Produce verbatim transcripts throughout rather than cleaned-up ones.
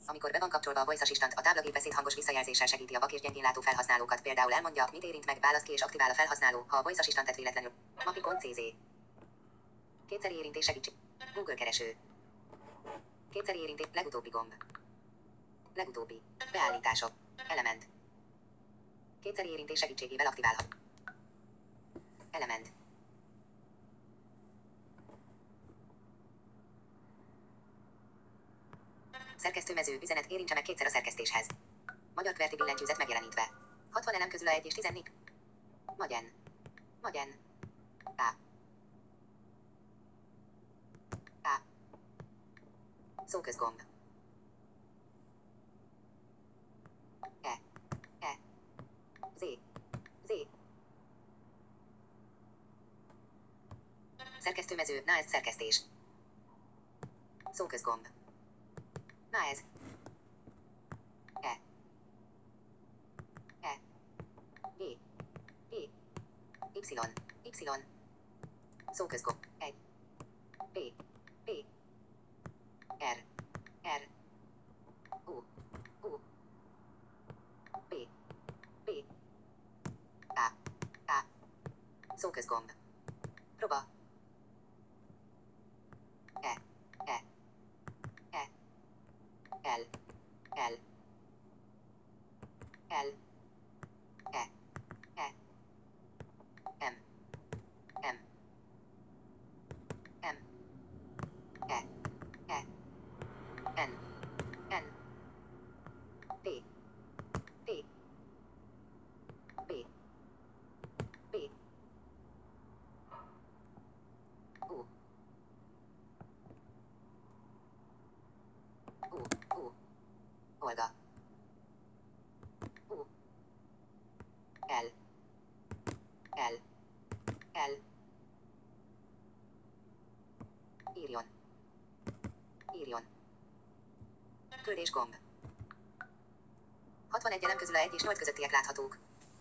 Amikor be van kapcsolva a Voice Assistant, a táblagépbeszéd hangos visszajelzéssel segíti a vak és gyengénlátó felhasználókat, például elmondja, mit érint meg, választ ki és aktivál a felhasználó, ha a Voice Assistantet véletlenül. Mapi.cz. Kétszeri érintés segítség. Google kereső. Kétszeri érintés. Legutóbbi gomb. Legutóbbi. Beállítások. Element. Kétszeri érintés segítségével aktiválhat. Element. Szerkesztőmező üzenet érintse meg kétszer a szerkesztéshez. Magyar QWERTY billentyűzet megjelenítve. hatvan elem közül a egy és tizennégy. Magyen. Magyen. A. A. Szóközgomb. E. E. Z. Z. Szerkesztőmező, na ez szerkesztés. Szóközgomb. Na ez. E. E. E. E. Y. Y. Szóközgomb. egy. P. P. R. R. U. U. P. P. A. A. Szóközgomb. Próba. E. E. E. L. L. L. E. E. M. M. M. E. E. N. N. P. P. P. P. U. U. U. Olga. U. L. L. L. Írjon. Írjon. Küldés gomb. hatvanegy elem közül a egy és nyolc közöttiek láthatók.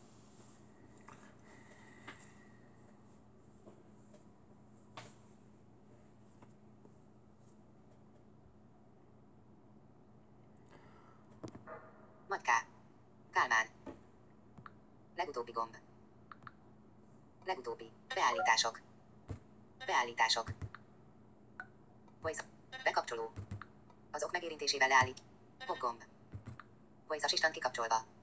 Magyká. Kálmán. Legutóbbi gomb. Legutóbbi. Beállítások. Beállítások. Voice. Bekapcsoló. Az ok megérintésével leállít. Hop gomb. Voice Assistant kikapcsolva.